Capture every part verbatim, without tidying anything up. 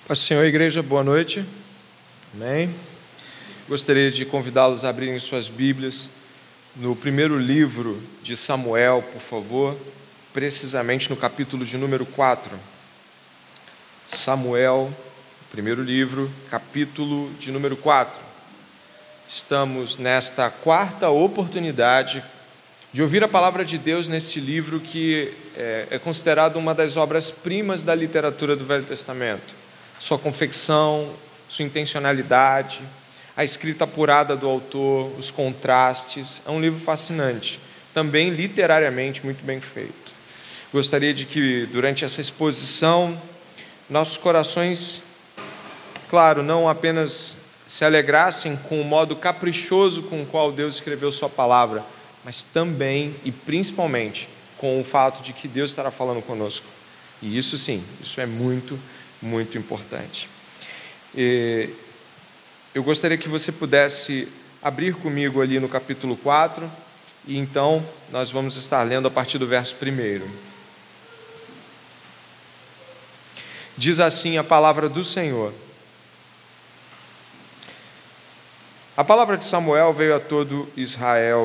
Paz do Senhor, igreja, boa noite. Amém. Gostaria de convidá-los a abrirem suas Bíblias no primeiro livro de Samuel, por favor, precisamente no capítulo de número quatro. Samuel, primeiro livro, capítulo de número quatro. Estamos nesta quarta oportunidade de ouvir a palavra de Deus neste livro que é, é considerado uma das obras-primas da literatura do Velho Testamento. Sua confecção, sua intencionalidade, a escrita apurada do autor, os contrastes, é um livro fascinante, também literariamente muito bem feito. Gostaria de que durante essa exposição nossos corações, claro, não apenas se alegrassem com o modo caprichoso com o qual Deus escreveu sua palavra, mas também e principalmente com o fato de que Deus estará falando conosco. E isso sim, isso é muito muito importante. E eu gostaria que você pudesse abrir comigo ali no capítulo quatro, e então nós vamos estar lendo a partir do verso primeiro. Diz assim a palavra do Senhor: A palavra de Samuel veio a todo Israel.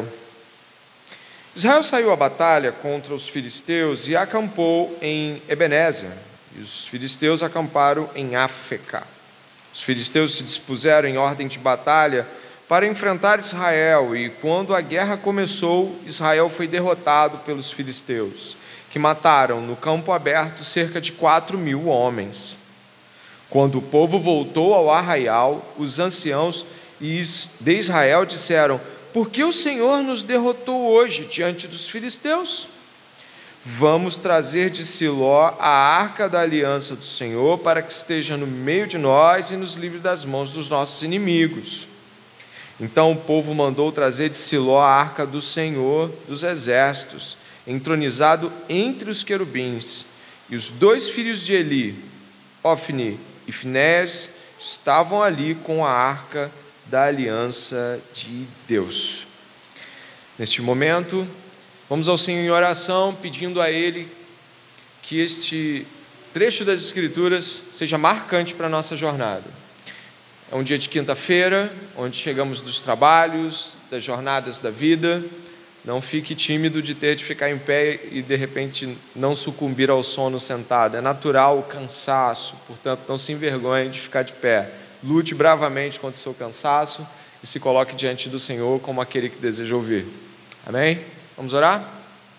Israel saiu à batalha contra os filisteus e acampou em Ebenezer. E os filisteus acamparam em Afeca. Os filisteus se dispuseram em ordem de batalha para enfrentar Israel, e quando a guerra começou, Israel foi derrotado pelos filisteus, que mataram no campo aberto cerca de quatro mil homens. Quando o povo voltou ao arraial, os anciãos de Israel disseram: Por que o Senhor nos derrotou hoje diante dos filisteus? Vamos trazer de Siló a arca da aliança do Senhor, para que esteja no meio de nós e nos livre das mãos dos nossos inimigos. Então o povo mandou trazer de Siló a arca do Senhor dos exércitos, entronizado entre os querubins. E os dois filhos de Eli, Ofni e Finéias, estavam ali com a arca da aliança de Deus. Neste momento, vamos ao Senhor em oração, pedindo a Ele que este trecho das Escrituras seja marcante para a nossa jornada. É um dia de quinta-feira, onde chegamos dos trabalhos, das jornadas da vida. Não fique tímido de ter de ficar em pé e, de repente, não sucumbir ao sono sentado. É natural o cansaço, portanto, não se envergonhe de ficar de pé. Lute bravamente contra o seu cansaço e se coloque diante do Senhor como aquele que deseja ouvir. Amém? Vamos orar?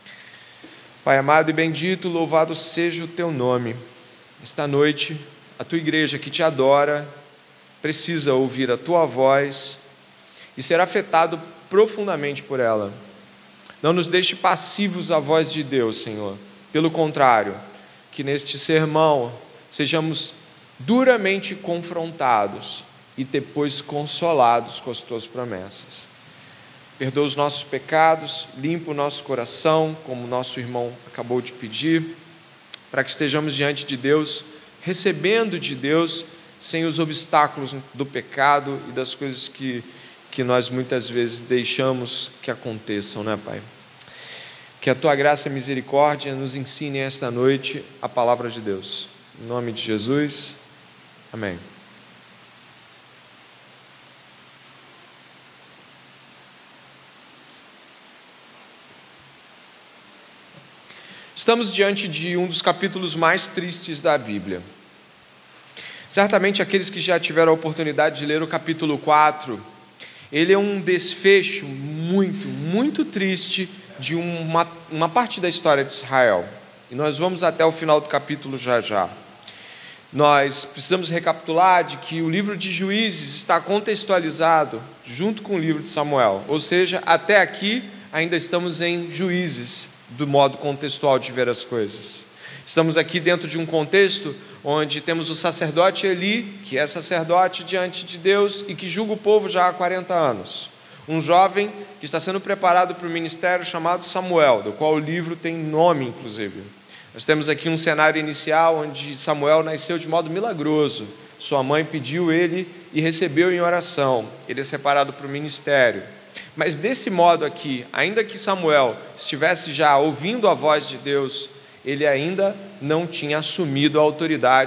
Pai amado e bendito, louvado seja o Teu nome. Esta noite, a Tua igreja que Te adora precisa ouvir a Tua voz e ser afetado profundamente por ela. Não nos deixe passivos à voz de Deus, Senhor. Pelo contrário, que neste sermão sejamos duramente confrontados e depois consolados com as Tuas promessas. Perdoa os nossos pecados, limpa o nosso coração, como o nosso irmão acabou de pedir, para que estejamos diante de Deus, recebendo de Deus, sem os obstáculos do pecado e das coisas que, que nós muitas vezes deixamos que aconteçam, né, Pai? Que a Tua graça e misericórdia nos ensinem esta noite a palavra de Deus. Em nome de Jesus, amém. Estamos diante de um dos capítulos mais tristes da Bíblia. Certamente aqueles que já tiveram a oportunidade de ler o capítulo quatro, ele é um desfecho muito, muito triste de uma, uma parte da história de Israel. E nós vamos até o final do capítulo já já. Nós precisamos recapitular de que o livro de Juízes está contextualizado junto com o livro de Samuel. Ou seja, até aqui ainda estamos em Juízes, do modo contextual de ver as coisas. Estamos aqui dentro de um contexto onde temos o sacerdote Eli, que é sacerdote diante de Deus e que julga o povo já há quarenta anos. Um jovem que está sendo preparado para o ministério chamado Samuel, do qual o livro tem nome, inclusive. Nós temos aqui um cenário inicial onde Samuel nasceu de modo milagroso. Sua mãe pediu ele e recebeu em oração. Ele é separado para o ministério. Mas desse modo aqui, ainda que Samuel estivesse já ouvindo a voz de Deus, ele ainda não tinha assumido a autoridade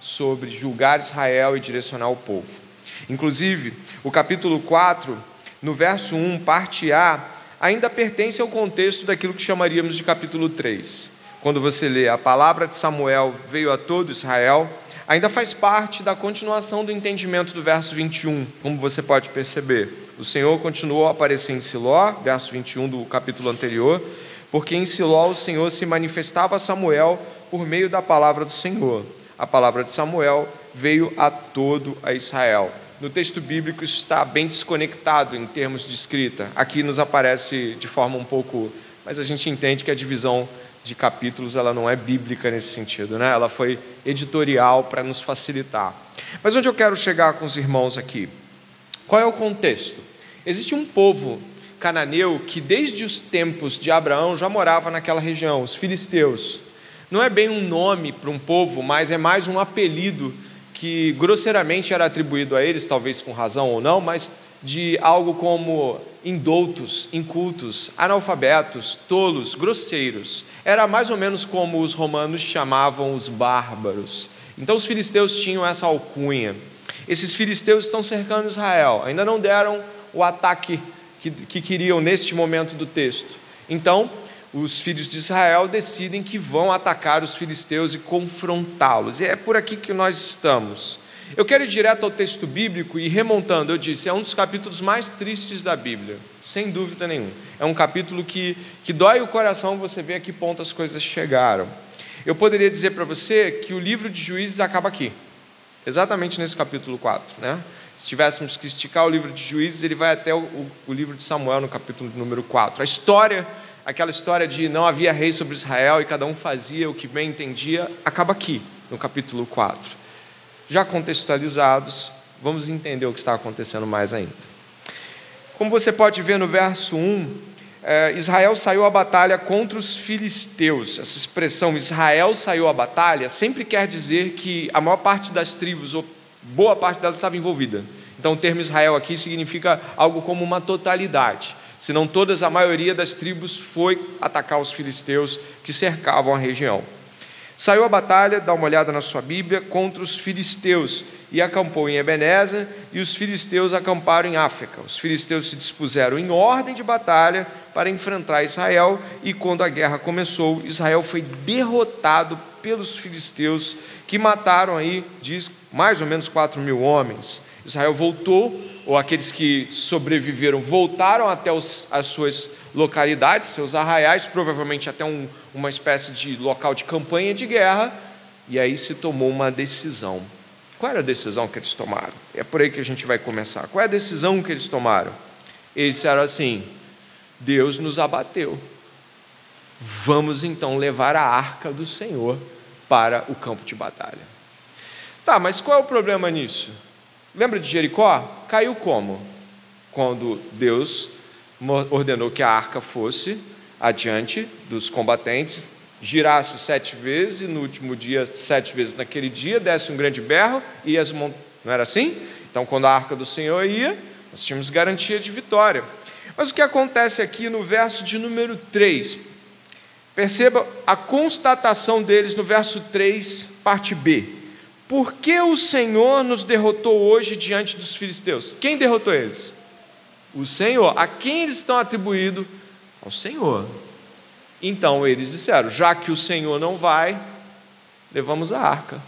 sobre julgar Israel e direcionar o povo. Inclusive, o capítulo quatro, no verso um, parte A, ainda pertence ao contexto daquilo que chamaríamos de capítulo três. Quando você lê a palavra de Samuel veio a todo Israel, ainda faz parte da continuação do entendimento do verso vinte e um, como você pode perceber. O Senhor continuou a aparecer em Siló, verso vinte e um do capítulo anterior, porque em Siló o Senhor se manifestava a Samuel por meio da palavra do Senhor. A palavra de Samuel veio a todo a Israel. No texto bíblico isso está bem desconectado em termos de escrita. Aqui nos aparece de forma um pouco... Mas a gente entende que a divisão de capítulos ela não é bíblica nesse sentido, né? Ela foi editorial para nos facilitar. Mas onde eu quero chegar com os irmãos aqui? Qual é o contexto? Existe um povo cananeu que desde os tempos de Abraão já morava naquela região, os filisteus. Não é bem um nome para um povo, mas é mais um apelido que grosseiramente era atribuído a eles, talvez com razão ou não, mas de algo como indoutos, incultos, analfabetos, tolos, grosseiros. Era mais ou menos como os romanos chamavam os bárbaros. Então os filisteus tinham essa alcunha. Esses filisteus estão cercando Israel, ainda não deram o ataque que, que queriam neste momento do texto. Então, os filhos de Israel decidem que vão atacar os filisteus e confrontá-los. E é por aqui que nós estamos. Eu quero ir direto ao texto bíblico e remontando, eu disse, é um dos capítulos mais tristes da Bíblia, sem dúvida nenhuma. É um capítulo que, que dói o coração você ver a que ponto as coisas chegaram. Eu poderia dizer para você que o livro de Juízes acaba aqui, exatamente nesse capítulo quatro, né? Se tivéssemos que esticar o livro de Juízes, ele vai até o, o, o livro de Samuel, no capítulo número quatro. A história, aquela história de não havia rei sobre Israel e cada um fazia o que bem entendia, acaba aqui, no capítulo quatro. Já contextualizados, vamos entender o que está acontecendo mais ainda. Como você pode ver no verso um, eh, Israel saiu à batalha contra os filisteus. Essa expressão Israel saiu à batalha sempre quer dizer que a maior parte das tribos, ou boa parte delas, estava envolvida. Então o termo Israel aqui significa algo como uma totalidade. Se não todas, a maioria das tribos foi atacar os filisteus que cercavam a região. Saiu à batalha, dá uma olhada na sua Bíblia, contra os filisteus, e acampou em Ebenezer, e os filisteus acamparam em Áfeca. Os filisteus se dispuseram em ordem de batalha para enfrentar Israel, e quando a guerra começou, Israel foi derrotado pelos filisteus, que mataram aí, diz, mais ou menos quatro mil homens. Israel voltou, ou aqueles que sobreviveram voltaram até os, as suas localidades, seus arraiais, provavelmente até um, uma espécie de local de campanha de guerra, e aí se tomou uma decisão. Qual era a decisão que eles tomaram? É por aí que a gente vai começar. Qual é a decisão que eles tomaram? Eles disseram assim: Deus nos abateu, vamos então levar a arca do Senhor para o campo de batalha. Tá, mas qual é o problema nisso? Lembra de Jericó? Caiu como? Quando Deus ordenou que a arca fosse adiante dos combatentes, girasse sete vezes, e no último dia, sete vezes naquele dia, desse um grande berro, e as mont... não era assim? Então, quando a arca do Senhor ia, nós tínhamos garantia de vitória. Mas o que acontece aqui no verso de número três? Perceba a constatação deles no verso três, parte B. Por que o Senhor nos derrotou hoje diante dos filisteus? Quem derrotou eles? O Senhor. A quem eles estão atribuídos? Ao Senhor. Então eles disseram: já que o Senhor não vai, levamos a arca.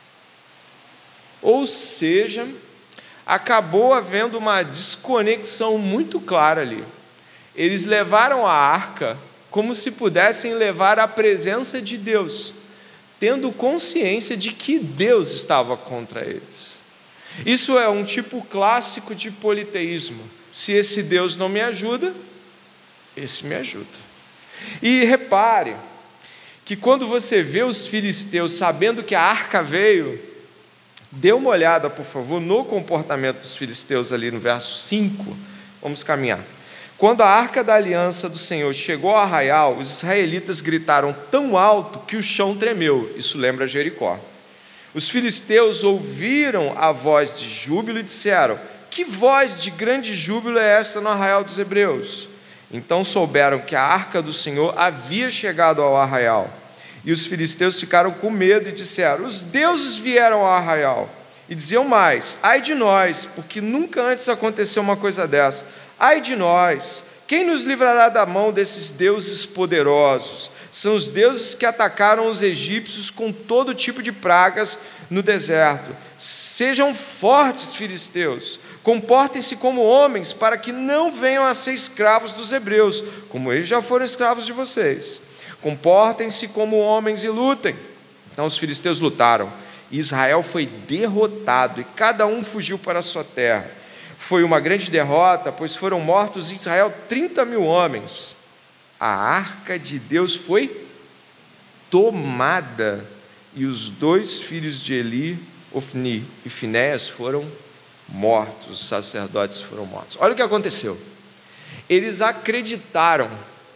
Ou seja, acabou havendo uma desconexão muito clara ali. Eles levaram a arca como se pudessem levar a presença de Deus, tendo consciência de que Deus estava contra eles. Isso é um tipo clássico de politeísmo. Se esse Deus não me ajuda, esse me ajuda. E repare que quando você vê os filisteus sabendo que a arca veio, dê uma olhada, por favor, no comportamento dos filisteus ali no verso cinco. Vamos caminhar. Quando a arca da aliança do Senhor chegou ao arraial, os israelitas gritaram tão alto que o chão tremeu. Isso lembra Jericó. Os filisteus ouviram a voz de júbilo e disseram: que voz de grande júbilo é esta no arraial dos hebreus? Então souberam que a arca do Senhor havia chegado ao arraial. E os filisteus ficaram com medo e disseram: os deuses vieram ao arraial. E diziam mais: ai de nós, porque nunca antes aconteceu uma coisa dessa. Ai de nós, quem nos livrará da mão desses deuses poderosos? São os deuses que atacaram os egípcios com todo tipo de pragas no deserto. Sejam fortes, filisteus, comportem-se como homens, para que não venham a ser escravos dos hebreus, como eles já foram escravos de vocês. Comportem-se como homens e lutem. Então os filisteus lutaram. Israel foi derrotado e cada um fugiu para a sua terra. Foi uma grande derrota, pois foram mortos em Israel trinta mil homens. A arca de Deus foi tomada e os dois filhos de Eli, Ofni e Finéias, foram mortos. Os sacerdotes foram mortos. Olha o que aconteceu. Eles acreditaram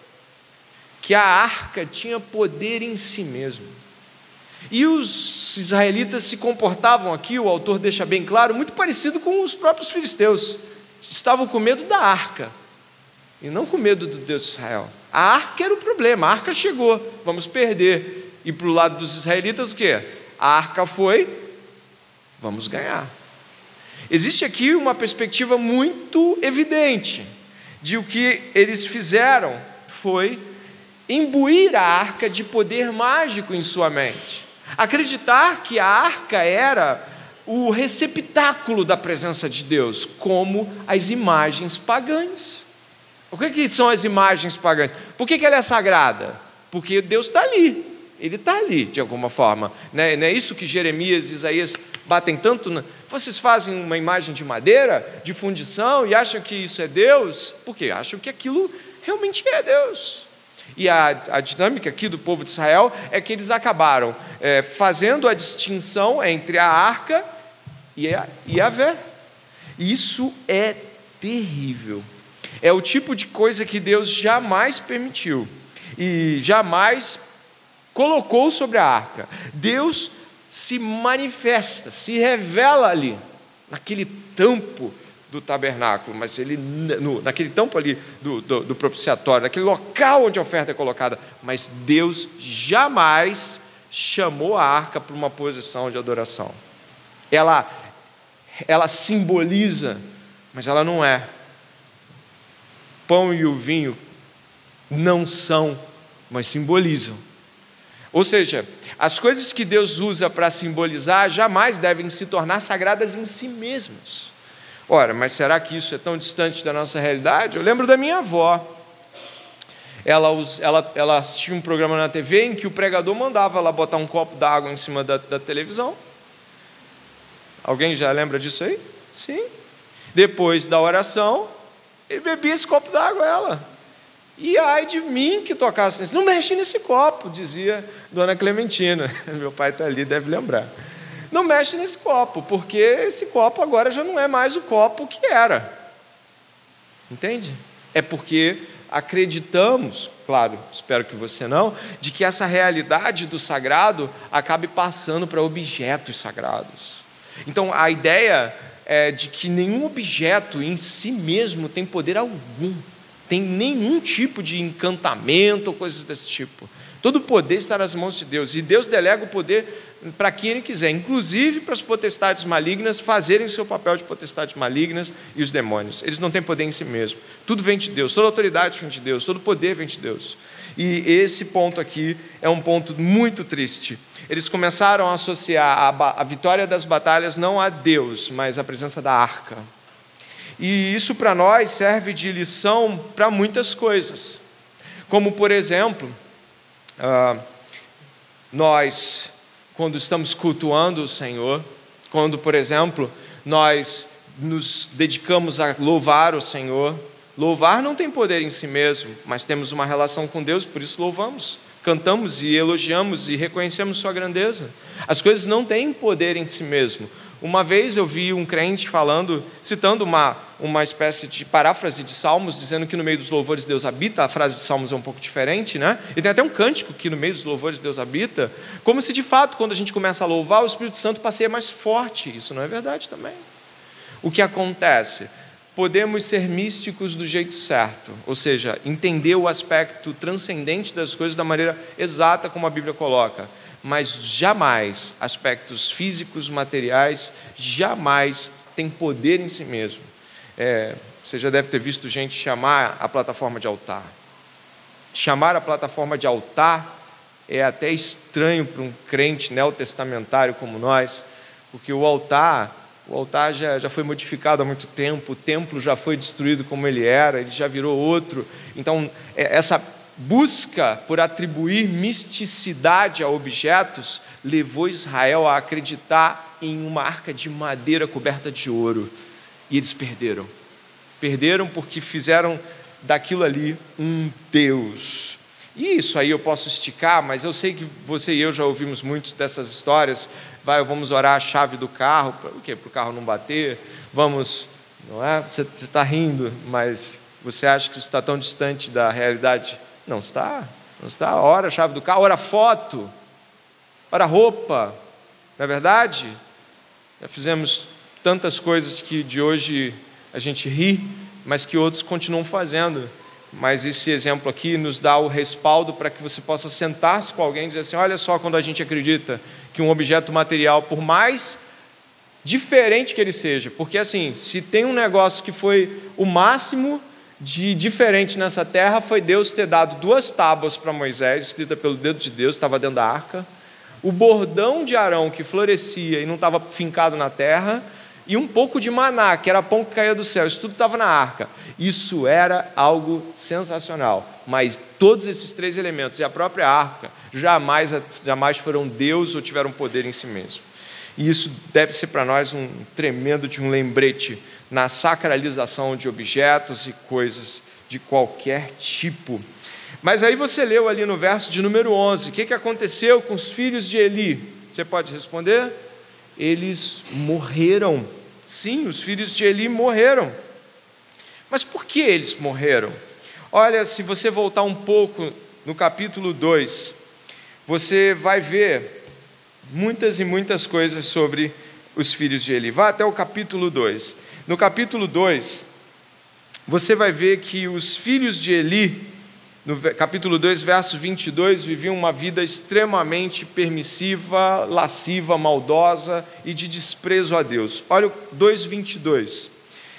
que a arca tinha poder em si mesmo. E os israelitas se comportavam aqui, o autor deixa bem claro, muito parecido com os próprios filisteus. Estavam com medo da arca, e não com medo do Deus de Israel. A arca era o problema, a arca chegou, vamos perder. E para o lado dos israelitas o quê? A arca foi, vamos ganhar. Existe aqui uma perspectiva muito evidente, de o que eles fizeram foi imbuir a arca de poder mágico em sua mente. Acreditar que a arca era o receptáculo da presença de Deus, como as imagens pagãs. O que, que são as imagens pagãs? Por que, que ela é sagrada? Porque Deus está ali, Ele está ali de alguma forma. Não é, não é isso que Jeremias e Isaías batem tanto? Na... Vocês fazem uma imagem de madeira, de fundição, e acham que isso é Deus? Por quê? Acham que aquilo realmente é Deus. E a, a dinâmica aqui do povo de Israel é que eles acabaram é, fazendo a distinção entre a arca e a Yahvé. Isso é terrível. É o tipo de coisa que Deus jamais permitiu e jamais colocou sobre a arca. Deus se manifesta, se revela ali, naquele tampo do tabernáculo, mas ele no, naquele tampo ali do, do, do propiciatório, naquele local onde a oferta é colocada, mas Deus jamais chamou a arca para uma posição de adoração. Ela, ela simboliza, mas ela não é. O pão e o vinho não são, mas simbolizam. Ou seja, as coisas que Deus usa para simbolizar jamais devem se tornar sagradas em si mesmas. Ora, mas será que isso é tão distante da nossa realidade? Eu lembro da minha avó. Ela, ela, ela assistia um programa na T V em que o pregador mandava ela botar um copo d'água em cima da, da televisão. Alguém já lembra disso aí? Sim. Depois da oração, ele bebia esse copo d'água, ela. E ai de mim que tocasse nesse. Não mexe nesse copo, dizia Dona Clementina. Meu pai está ali, deve lembrar. Não mexe nesse copo, porque esse copo agora já não é mais o copo que era. Entende? É porque acreditamos, claro, espero que você não, de que essa realidade do sagrado acabe passando para objetos sagrados. Então, a ideia é de que nenhum objeto em si mesmo tem poder algum, tem nenhum tipo de encantamento ou coisas desse tipo. Todo o poder está nas mãos de Deus, e Deus delega o poder para quem Ele quiser, inclusive para as potestades malignas fazerem o seu papel de potestades malignas e os demônios. Eles não têm poder em si mesmos. Tudo vem de Deus, toda autoridade vem de Deus, todo poder vem de Deus. E esse ponto aqui é um ponto muito triste. Eles começaram a associar a, a vitória das batalhas não a Deus, mas à presença da arca. E isso para nós serve de lição para muitas coisas. Como, por exemplo, uh, nós... quando estamos cultuando o Senhor, quando, por exemplo, nós nos dedicamos a louvar o Senhor, louvar não tem poder em si mesmo, mas temos uma relação com Deus, por isso louvamos, cantamos e elogiamos e reconhecemos sua grandeza. As coisas não têm poder em si mesmo. Uma vez eu vi um crente falando, citando uma, uma espécie de paráfrase de Salmos, dizendo que no meio dos louvores Deus habita. A frase de Salmos é um pouco diferente, né? E tem até um cântico que no meio dos louvores Deus habita, como se de fato, quando a gente começa a louvar, o Espírito Santo passeia mais forte. Isso não é verdade também. O que acontece? podemos ser místicos do jeito certo, ou seja, entender o aspecto transcendente das coisas da maneira exata como a Bíblia coloca, mas jamais aspectos físicos, materiais, jamais tem poder em si mesmo. É, você já deve ter visto gente chamar a plataforma de altar. Chamar a plataforma de altar é até estranho para um crente neotestamentário como nós, porque o altar, o altar já, já foi modificado há muito tempo, o templo já foi destruído como ele era, ele já virou outro. Então, essa busca por atribuir misticidade a objetos levou Israel a acreditar em uma arca de madeira coberta de ouro. E eles perderam. Perderam porque fizeram daquilo ali um Deus. E isso aí eu posso esticar, mas eu sei que você e eu já ouvimos muito dessas histórias. Vai, vamos orar a chave do carro, para o quê? Para o carro não bater. Vamos, não é? Você está rindo, mas você acha que isso está tão distante da realidade? Não está, não está. Ora a chave do carro, ora a foto, ora a roupa, não é verdade? Já fizemos tantas coisas que de hoje a gente ri, mas que outros continuam fazendo. Mas esse exemplo aqui nos dá o respaldo para que você possa sentar-se com alguém e dizer assim, olha só, quando a gente acredita que um objeto material, por mais diferente que ele seja, porque assim, se tem um negócio que foi o máximo de diferente nessa terra, foi Deus ter dado duas tábuas para Moisés, escrita pelo dedo de Deus, estava dentro da arca, o bordão de Arão que florescia e não estava fincado na terra, e um pouco de maná, que era pão que caía do céu, isso tudo estava na arca. Isso era algo sensacional, mas todos esses três elementos e a própria arca jamais, jamais foram Deus ou tiveram poder em si mesmo. E isso deve ser para nós um tremendo de um lembrete na sacralização de objetos e coisas de qualquer tipo. Mas aí você leu ali no verso de número onze, o que, que aconteceu com os filhos de Eli? Você pode responder? Eles morreram. Sim, os filhos de Eli morreram. Mas por que eles morreram? Olha, se você voltar um pouco no capítulo dois, você vai ver muitas e muitas coisas sobre os filhos de Eli. Vá até o capítulo dois. No capítulo dois, você vai ver que os filhos de Eli, no capítulo dois, verso vinte e dois, viviam uma vida extremamente permissiva, lasciva, maldosa e de desprezo a Deus. Olha o dois, vinte e dois.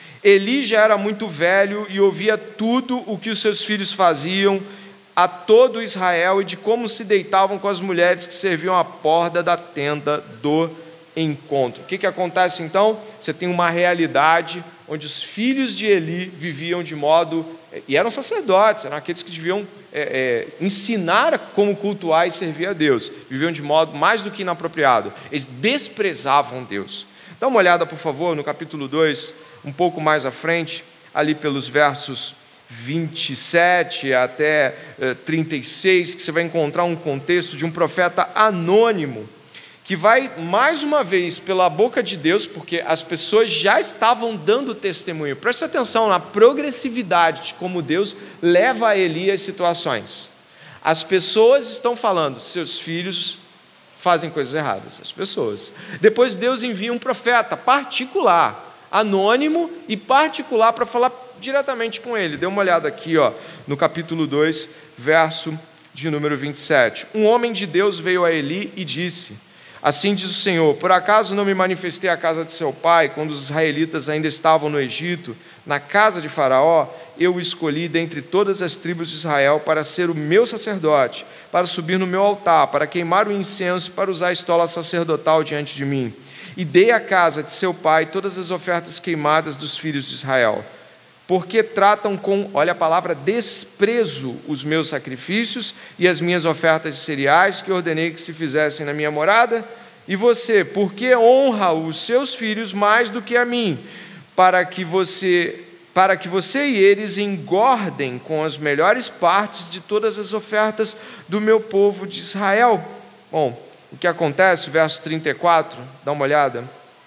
Eli já era muito velho e ouvia tudo o que os seus filhos faziam a todo Israel e de como se deitavam com as mulheres que serviam à porta da tenda do encontro. O que, que acontece então? Você tem uma realidade onde os filhos de Eli viviam de modo, e eram sacerdotes, eram aqueles que deviam é, é, ensinar como cultuar e servir a Deus, viviam de modo mais do que inapropriado, eles desprezavam Deus. Dá uma olhada, por favor, no capítulo dois, um pouco mais à frente, ali pelos versos vinte e sete até trinta e seis, que você vai encontrar um contexto de um profeta anônimo, que vai, mais uma vez, pela boca de Deus, porque as pessoas já estavam dando testemunho. Preste atenção na progressividade de como Deus leva a Eli às situações. As pessoas estão falando, seus filhos fazem coisas erradas, as pessoas. Depois Deus envia um profeta particular, anônimo e particular, para falar diretamente com ele. Dê uma olhada aqui, ó, no capítulo dois, verso de número vinte e sete. Um homem de Deus veio a Eli e disse: assim diz o Senhor, por acaso não me manifestei à casa de seu pai, quando os israelitas ainda estavam no Egito, na casa de Faraó? Eu o escolhi dentre todas as tribos de Israel para ser o meu sacerdote, para subir no meu altar, para queimar o incenso, para usar a estola sacerdotal diante de mim. E dei à casa de seu pai todas as ofertas queimadas dos filhos de Israel. Porque tratam com, olha a palavra, desprezo os meus sacrifícios e as minhas ofertas de cereais que ordenei que se fizessem na minha morada? E você, por que honra os seus filhos mais do que a mim, para que você, para que você e eles engordem com as melhores partes de todas as ofertas do meu povo de Israel? Bom, o que acontece, verso trinta e quatro, dá uma olhada.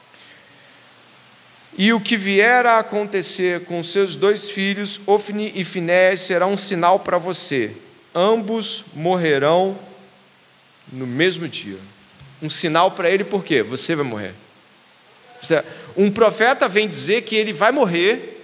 E o que vier a acontecer com seus dois filhos, Ofni e Finéias, será um sinal para você. Ambos morrerão no mesmo dia. Um sinal para ele, por quê? Você vai morrer. Um profeta vem dizer que ele vai morrer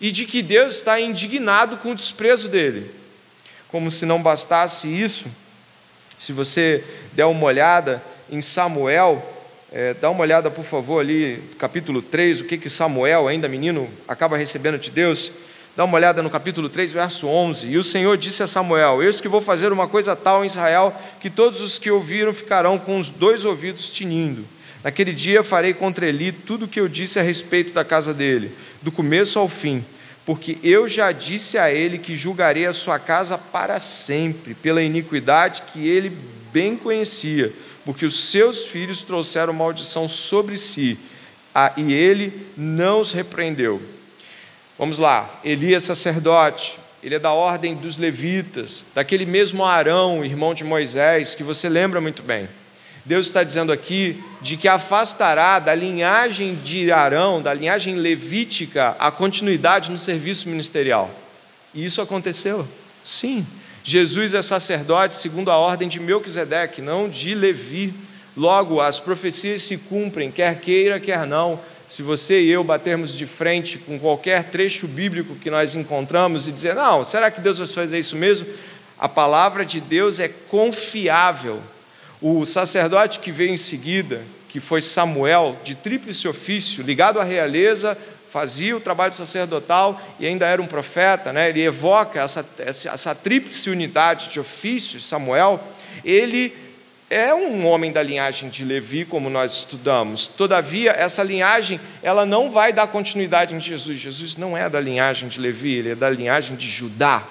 e de que Deus está indignado com o desprezo dele. Como se não bastasse isso, se você der uma olhada em Samuel, é, dá uma olhada, por favor, ali, capítulo três, o que que Samuel, ainda menino, acaba recebendo de Deus. Dá uma olhada no capítulo três, verso onze. E o Senhor disse a Samuel: eis que vou fazer uma coisa tal em Israel, que todos os que ouviram ficarão com os dois ouvidos tinindo. Naquele dia farei contra Eli tudo o que eu disse a respeito da casa dele, do começo ao fim, porque eu já disse a ele que julgarei a sua casa para sempre, pela iniquidade que ele bem conhecia, porque os seus filhos trouxeram maldição sobre si, e ele não os repreendeu. Vamos lá, Eli é sacerdote, ele é da ordem dos levitas, daquele mesmo Arão, irmão de Moisés, que você lembra muito bem. Deus está dizendo aqui de que afastará da linhagem de Arão, da linhagem levítica, a continuidade no serviço ministerial. E isso aconteceu? Sim. Jesus é sacerdote segundo a ordem de Melquisedeque, não de Levi. Logo, as profecias se cumprem, quer queira, quer não. Se você e eu batermos de frente com qualquer trecho bíblico que nós encontramos e dizer, não, será que Deus vai fazer isso mesmo? A palavra de Deus é confiável. O sacerdote que veio em seguida, que foi Samuel, de tríplice ofício, ligado à realeza, fazia o trabalho sacerdotal e ainda era um profeta, né? Ele evoca essa, essa tríplice unidade de ofícios. Samuel, ele é um homem da linhagem de Levi, como nós estudamos. Todavia, essa linhagem, ela não vai dar continuidade em Jesus. Jesus não é da linhagem de Levi, ele é da linhagem de Judá.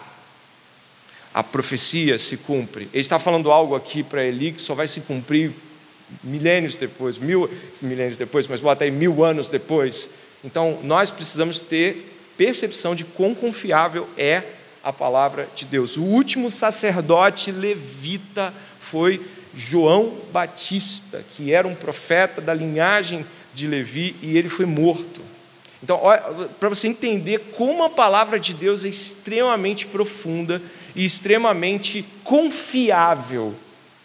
A profecia se cumpre. Ele está falando algo aqui para Eli que só vai se cumprir milênios depois, mil milênios depois, mas bota aí mil anos depois. Então, nós precisamos ter percepção de quão confiável é a palavra de Deus. O último sacerdote levita foi João Batista, que era um profeta da linhagem de Levi, e ele foi morto. Então, para você entender como a palavra de Deus é extremamente profunda e extremamente confiável.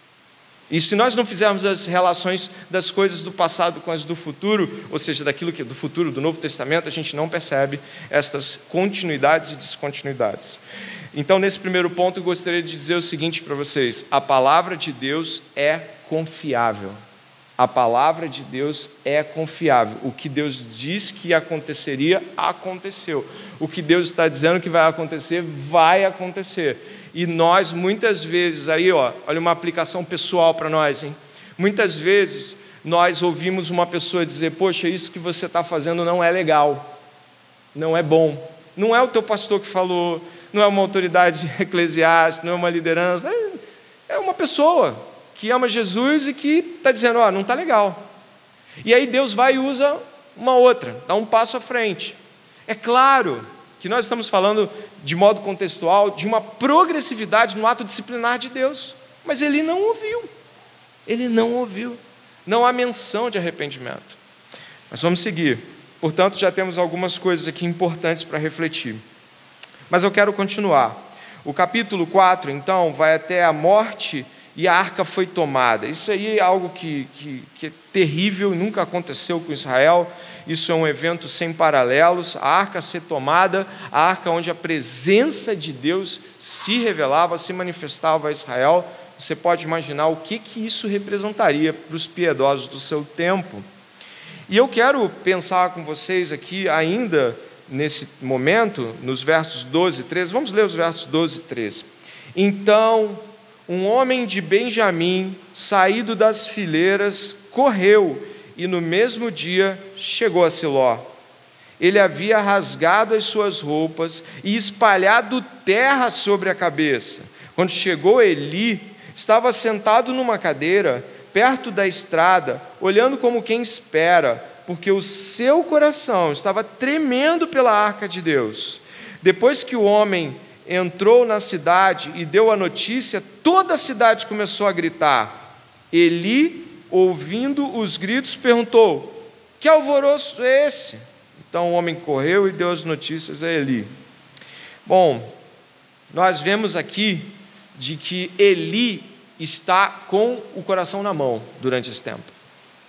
E se nós não fizermos as relações das coisas do passado com as do futuro, ou seja, daquilo que é do futuro do Novo Testamento, a gente não percebe estas continuidades e descontinuidades. Então, nesse primeiro ponto, eu gostaria de dizer o seguinte para vocês: a palavra de Deus é confiável. A palavra de Deus é confiável. O que Deus diz que aconteceria, aconteceu. O que Deus está dizendo que vai acontecer, vai acontecer. E nós, muitas vezes, aí, ó, olha uma aplicação pessoal para nós, hein? Muitas vezes, nós ouvimos uma pessoa dizer, poxa, isso que você está fazendo não é legal, não é bom. Não é o teu pastor que falou, não é uma autoridade eclesiástica, não é uma liderança, é uma pessoa que ama Jesus e que está dizendo, ó, não está legal. E aí Deus vai e usa uma outra, dá um passo à frente. É claro que nós estamos falando, de modo contextual, de uma progressividade no ato disciplinar de Deus. Mas ele não ouviu. Ele não ouviu. Não há menção de arrependimento. Mas vamos seguir. Portanto, já temos algumas coisas aqui importantes para refletir. Mas eu quero continuar. O capítulo quatro, então, vai até a morte e a arca foi tomada. Isso aí é algo que, que, que é terrível, nunca aconteceu com Israel. Isso é um evento sem paralelos. A arca ser tomada, a arca onde a presença de Deus se revelava, se manifestava a Israel. Você pode imaginar o que, que isso representaria para os piedosos do seu tempo. E eu quero pensar com vocês aqui, ainda nesse momento, nos versos doze e treze. Vamos ler os versos doze e treze. Então, um homem de Benjamim, saído das fileiras, correu e no mesmo dia chegou a Siló. Ele havia rasgado as suas roupas e espalhado terra sobre a cabeça. Quando chegou Eli, estava sentado numa cadeira, perto da estrada, olhando como quem espera, porque o seu coração estava tremendo pela arca de Deus. Depois que o homem entrou na cidade e deu a notícia, toda a cidade começou a gritar. Eli, ouvindo os gritos, perguntou, que alvoroço é esse? Então o homem correu e deu as notícias a Eli. Bom, nós vemos aqui de que Eli está com o coração na mão durante esse tempo.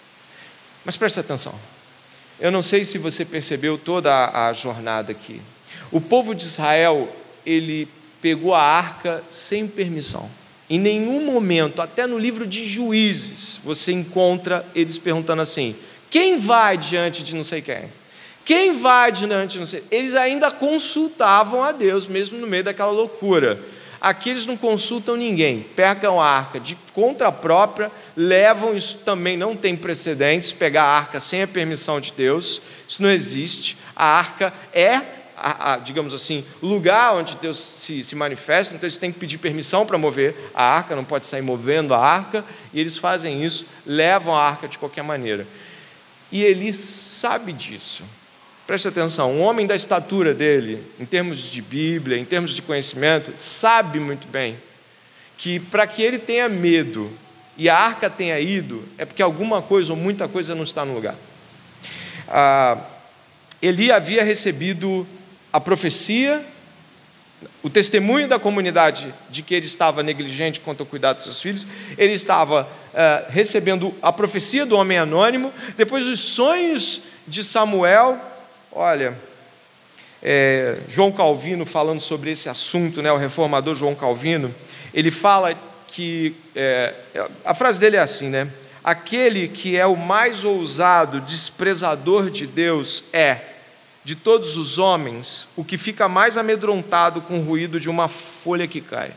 Mas preste atenção, eu não sei se você percebeu toda a, a jornada aqui. O povo de Israel, ele pegou a arca sem permissão. Em nenhum momento, até no livro de Juízes, você encontra eles perguntando assim: quem vai diante de não sei quem? Quem vai diante de não sei... Eles ainda consultavam a Deus, mesmo no meio daquela loucura. Aqui eles não consultam ninguém, pegam a arca de conta própria, levam, isso também não tem precedentes, pegar a arca sem a permissão de Deus, isso não existe. A arca é, a, a, digamos assim, o lugar onde Deus se, se manifesta, então eles têm que pedir permissão para mover a arca, não pode sair movendo a arca, e eles fazem isso, levam a arca de qualquer maneira. E Eli sabe disso. Preste atenção, um homem da estatura dele, em termos de Bíblia, em termos de conhecimento, sabe muito bem que para que ele tenha medo e a arca tenha ido, é porque alguma coisa ou muita coisa não está no lugar. Ah, Eli havia recebido a profecia, o testemunho da comunidade de que ele estava negligente quanto ao cuidado dos seus filhos, ele estava ah, recebendo a profecia do homem anônimo, depois os sonhos de Samuel. Olha, é, João Calvino falando sobre esse assunto, né, o reformador João Calvino, ele fala que, é, a frase dele é assim, né? Aquele que é o mais ousado desprezador de Deus é, de todos os homens, o que fica mais amedrontado com o ruído de uma folha que cai.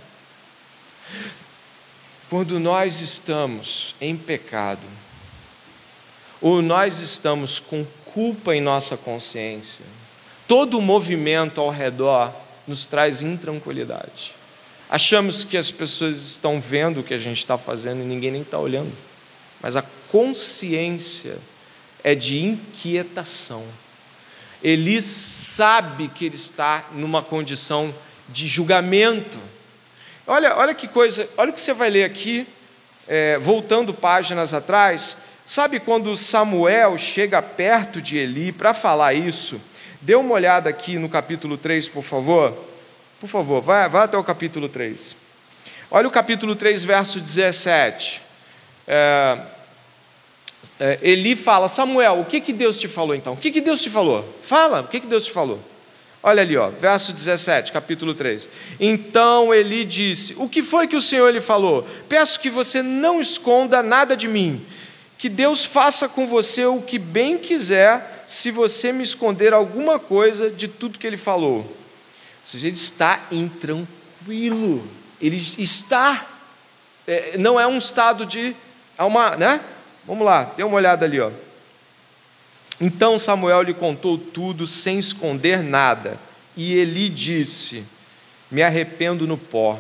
Quando nós estamos em pecado, ou nós estamos com culpa em nossa consciência, todo o movimento ao redor nos traz intranquilidade. Achamos que as pessoas estão vendo o que a gente está fazendo e ninguém nem está olhando. Mas a consciência é de inquietação. Eli sabe que ele está numa condição de julgamento. Olha, olha que coisa, olha o que você vai ler aqui, é, voltando páginas atrás. Sabe quando Samuel chega perto de Eli para falar isso? Dê uma olhada aqui no capítulo três, por favor. Por favor, vai, vai até o capítulo três. Olha o capítulo três, verso dezessete. É, é, Eli fala: Samuel, o que, que Deus te falou então? O que, que Deus te falou? Fala, o que, que Deus te falou? Olha ali, ó, verso dezessete, capítulo três. Então Eli disse: o que foi que o Senhor lhe falou? Peço que você não esconda nada de mim. Que Deus faça com você o que bem quiser, se você me esconder alguma coisa de tudo que ele falou. Ou seja, ele está intranquilo. Ele está, é, não é um estado de, é uma, né? Vamos lá, dê uma olhada ali, ó. Então Samuel lhe contou tudo sem esconder nada. E Eli disse: me arrependo no pó.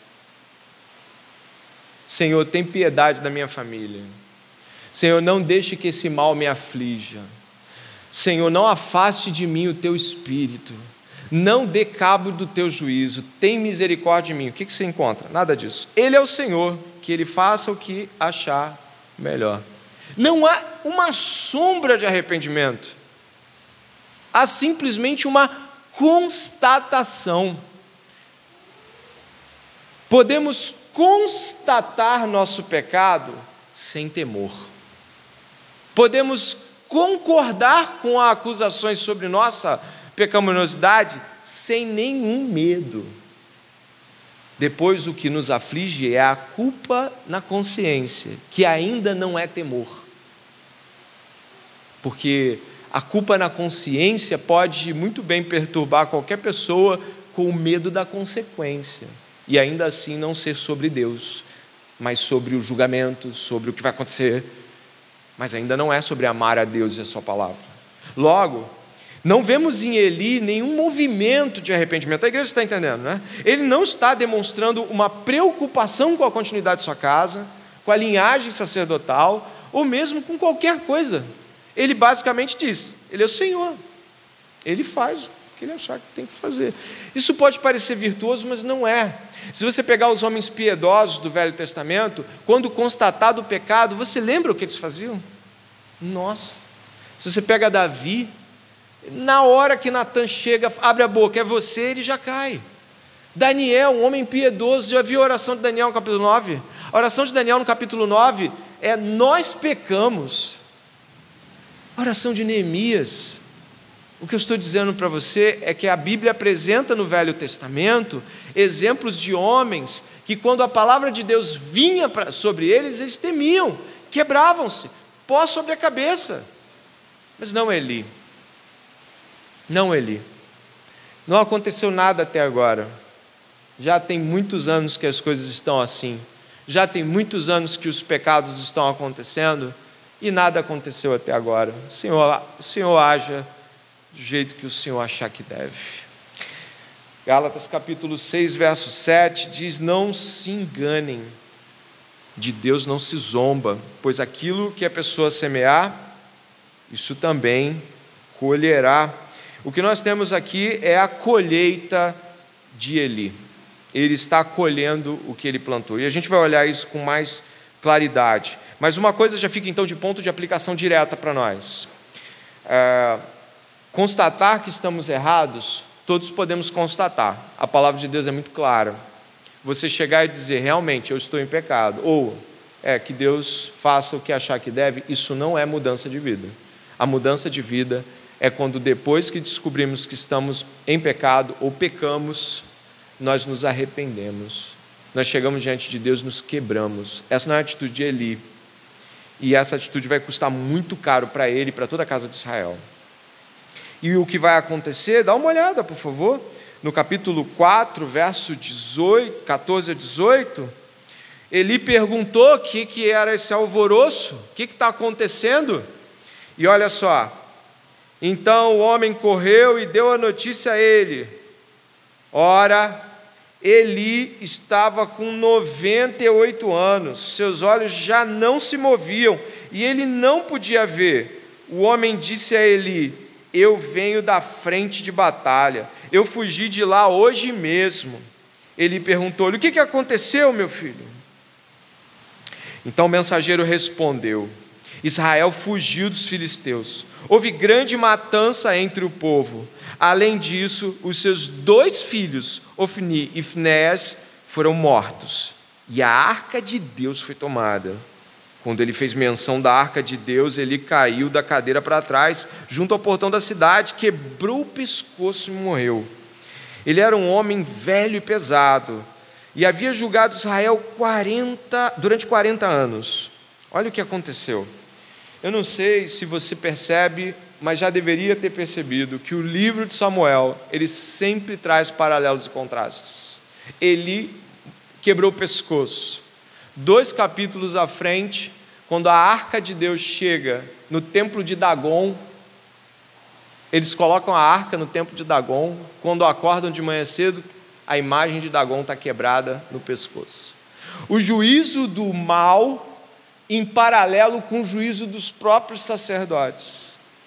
Senhor, tem piedade da minha família. Senhor, não deixe que esse mal me aflija. Senhor, não afaste de mim o teu espírito. Não dê cabo do teu juízo. Tem misericórdia de mim. O que você encontra? Nada disso. Ele é o Senhor, que ele faça o que achar melhor. Não há uma sombra de arrependimento. Há simplesmente uma constatação. Podemos constatar nosso pecado sem temor. Podemos concordar com as acusações sobre nossa pecaminosidade sem nenhum medo. Depois, o que nos aflige é a culpa na consciência, que ainda não é temor. Porque a culpa na consciência pode muito bem perturbar qualquer pessoa com o medo da consequência, e ainda assim não ser sobre Deus, mas sobre o julgamento, sobre o que vai acontecer. Mas ainda não é sobre amar a Deus e a sua palavra. Logo, não vemos em Eli nenhum movimento de arrependimento. A igreja está entendendo, né? Ele não está demonstrando uma preocupação com a continuidade de sua casa, com a linhagem sacerdotal, ou mesmo com qualquer coisa. Ele basicamente diz: ele é o Senhor. Ele faz o que ele achar que tem que fazer. Isso pode parecer virtuoso, mas não é. Se você pegar os homens piedosos do Velho Testamento, quando constatado o pecado, você lembra o que eles faziam? Nossa! Se você pega Davi, na hora que Natan chega, abre a boca, é você, ele já cai. Daniel, um homem piedoso, já viu a oração de Daniel no capítulo nove? A oração de Daniel no capítulo nove é: nós pecamos. A oração de Neemias: O que eu estou dizendo para você é que a Bíblia apresenta no Velho Testamento exemplos de homens que, quando a palavra de Deus vinha pra, sobre eles, eles temiam, quebravam-se, pó sobre a cabeça. Mas não Eli. Não Eli. Não aconteceu nada até agora. Já tem muitos anos que as coisas estão assim. Já tem muitos anos que os pecados estão acontecendo e nada aconteceu até agora. O Senhor, o Senhor haja do jeito que o Senhor achar que deve. Gálatas capítulo seis, verso sete diz: não se enganem, de Deus não se zomba, pois aquilo que a pessoa semear, isso também colherá. O que nós temos aqui é a colheita de Eli. Ele está colhendo o que ele plantou. E a gente vai olhar isso com mais claridade. Mas uma coisa já fica então de ponto de aplicação direta para nós. É, constatar que estamos errados, todos podemos constatar. A palavra de Deus é muito clara. Você chegar e dizer, realmente, eu estou em pecado, ou é que Deus faça o que achar que deve, isso não é mudança de vida. A mudança de vida é quando, depois que descobrimos que estamos em pecado ou pecamos, nós nos arrependemos, nós chegamos diante de Deus, nos quebramos. Essa não é a atitude de Eli, e essa atitude vai custar muito caro para ele e para toda a casa de Israel. E o que vai acontecer, dá uma olhada, por favor, no capítulo quatro, verso dezoito, catorze a dezoito, Eli perguntou o que, que era esse alvoroço, o que está acontecendo, e olha só, então o homem correu e deu a notícia a ele. Ora, Eli estava com noventa e oito anos, seus olhos já não se moviam e ele não podia ver. O homem disse a Eli: eu venho da frente de batalha, eu fugi de lá hoje mesmo. Eli perguntou-lhe: o que aconteceu, meu filho? Então o mensageiro respondeu: Israel fugiu dos filisteus, houve grande matança entre o povo. Além disso, os seus dois filhos, Ofni e Finéias, foram mortos, e a arca de Deus foi tomada. Quando ele fez menção da arca de Deus, ele caiu da cadeira para trás, junto ao portão da cidade, quebrou o pescoço e morreu. Ele era um homem velho e pesado, e havia julgado Israel quarenta, durante quarenta anos. Olha o que aconteceu. Eu não sei se você percebe, mas já deveria ter percebido que o livro de Samuel, ele sempre traz paralelos e contrastes. Eli quebrou o pescoço. Dois capítulos à frente, quando a arca de Deus chega no templo de Dagon, eles colocam a arca no templo de Dagon, quando acordam de manhã cedo, a imagem de Dagon está quebrada no pescoço. O juízo do mal em paralelo com o juízo dos próprios sacerdotes.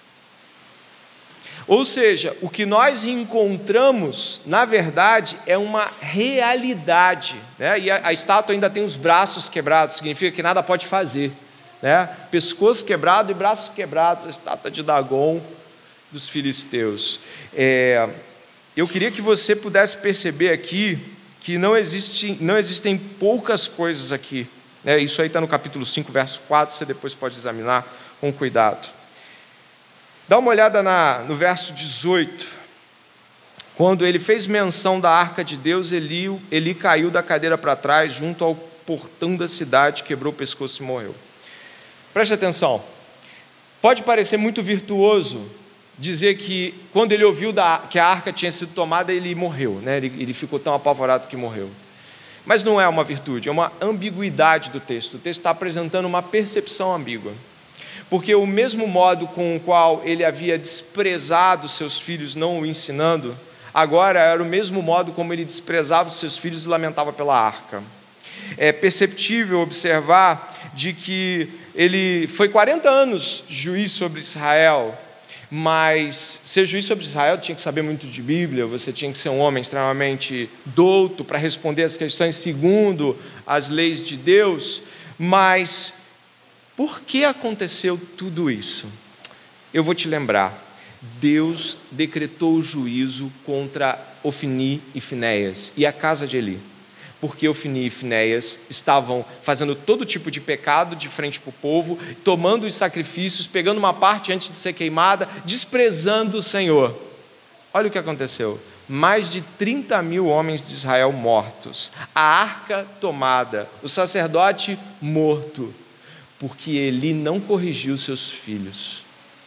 Ou seja, o que nós encontramos, na verdade, é uma realidade, né? E a, a estátua ainda tem os braços quebrados, significa que nada pode fazer, né? Pescoço quebrado e braços quebrados, a estátua de Dagon dos filisteus. É, eu queria que você pudesse perceber aqui que não, existe, não existem poucas coisas aqui, né? Isso aí está no capítulo cinco, verso quatro, você depois pode examinar com cuidado. Dá uma olhada na, no verso dezoito. Quando ele fez menção da arca de Deus, Eli, Eli caiu da cadeira para trás, junto ao portão da cidade, quebrou o pescoço e morreu. Preste atenção. Pode parecer muito virtuoso dizer que, quando ele ouviu da, que a arca tinha sido tomada, ele morreu, né? ele, ele ficou tão apavorado que morreu. Mas não é uma virtude, é uma ambiguidade do texto. O texto está apresentando uma percepção ambígua. Porque o mesmo modo com o qual ele havia desprezado seus filhos, não o ensinando, agora era o mesmo modo como ele desprezava os seus filhos e lamentava pela arca. É perceptível observar de que ele foi quarenta anos juiz sobre Israel, mas ser juiz sobre Israel tinha que saber muito de Bíblia, você tinha que ser um homem extremamente douto para responder as questões segundo as leis de Deus, mas por que aconteceu tudo isso? Eu vou te lembrar. Deus decretou o juízo contra Ofni e Finéias e a casa de Eli. porque Ofni e Finéias estavam fazendo todo tipo de pecado de frente para o povo, tomando os sacrifícios, pegando uma parte antes de ser queimada, desprezando o Senhor. Olha o que aconteceu. Mais de trinta mil homens de Israel mortos, a arca tomada, o sacerdote morto, porque Eli não corrigiu seus filhos.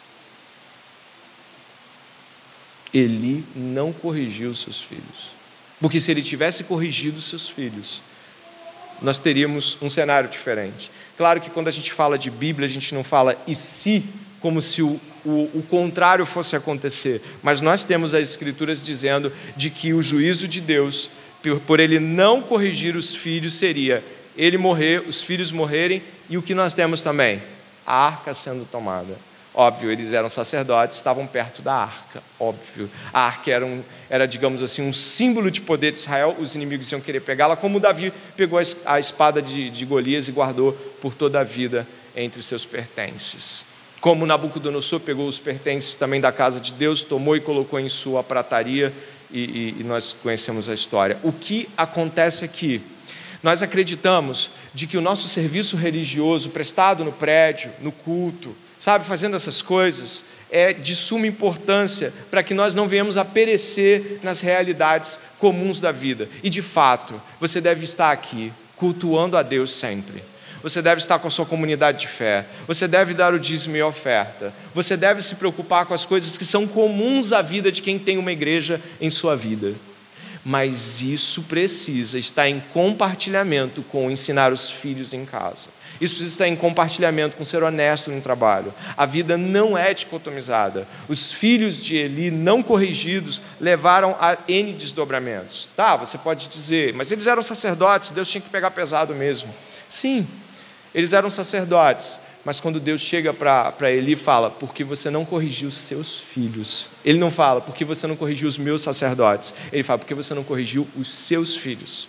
Eli não corrigiu seus filhos. Porque se ele tivesse corrigido seus filhos, nós teríamos um cenário diferente. Claro que quando a gente fala de Bíblia, a gente não fala e se, como se o, o, o contrário fosse acontecer. Mas nós temos as Escrituras dizendo de que o juízo de Deus, por, por ele não corrigir os filhos, seria ele morrer, os filhos morrerem, e o que nós temos também? A arca sendo tomada. Óbvio, eles eram sacerdotes, estavam perto da arca, óbvio. A arca era, um, era, digamos assim, um símbolo de poder de Israel, os inimigos iam querer pegá-la, como Davi pegou a espada de, de Golias e guardou por toda a vida entre seus pertences. Como Nabucodonosor pegou os pertences também da casa de Deus, tomou e colocou em sua prataria, e, e, e nós conhecemos a história. O que acontece aqui? Nós acreditamos de que o nosso serviço religioso prestado no prédio, no culto, sabe, fazendo essas coisas, é de suma importância para que nós não venhamos a perecer nas realidades comuns da vida. E, de fato, você deve estar aqui, cultuando a Deus sempre. Você deve estar com a sua comunidade de fé. Você deve dar o dízimo e a oferta. Você deve se preocupar com as coisas que são comuns à vida de quem tem uma igreja em sua vida. Mas isso precisa estar em compartilhamento com ensinar os filhos em casa. Isso precisa estar em compartilhamento com ser honesto no trabalho. A vida não é dicotomizada. Os filhos de Eli não corrigidos levaram a N desdobramentos. Tá, você pode dizer, mas eles eram sacerdotes, Deus tinha que pegar pesado mesmo. Sim, eles eram sacerdotes, mas quando Deus chega para Eli e fala, porque você não corrigiu os seus filhos. Ele não fala, porque você não corrigiu os meus sacerdotes. Ele fala, porque você não corrigiu os seus filhos.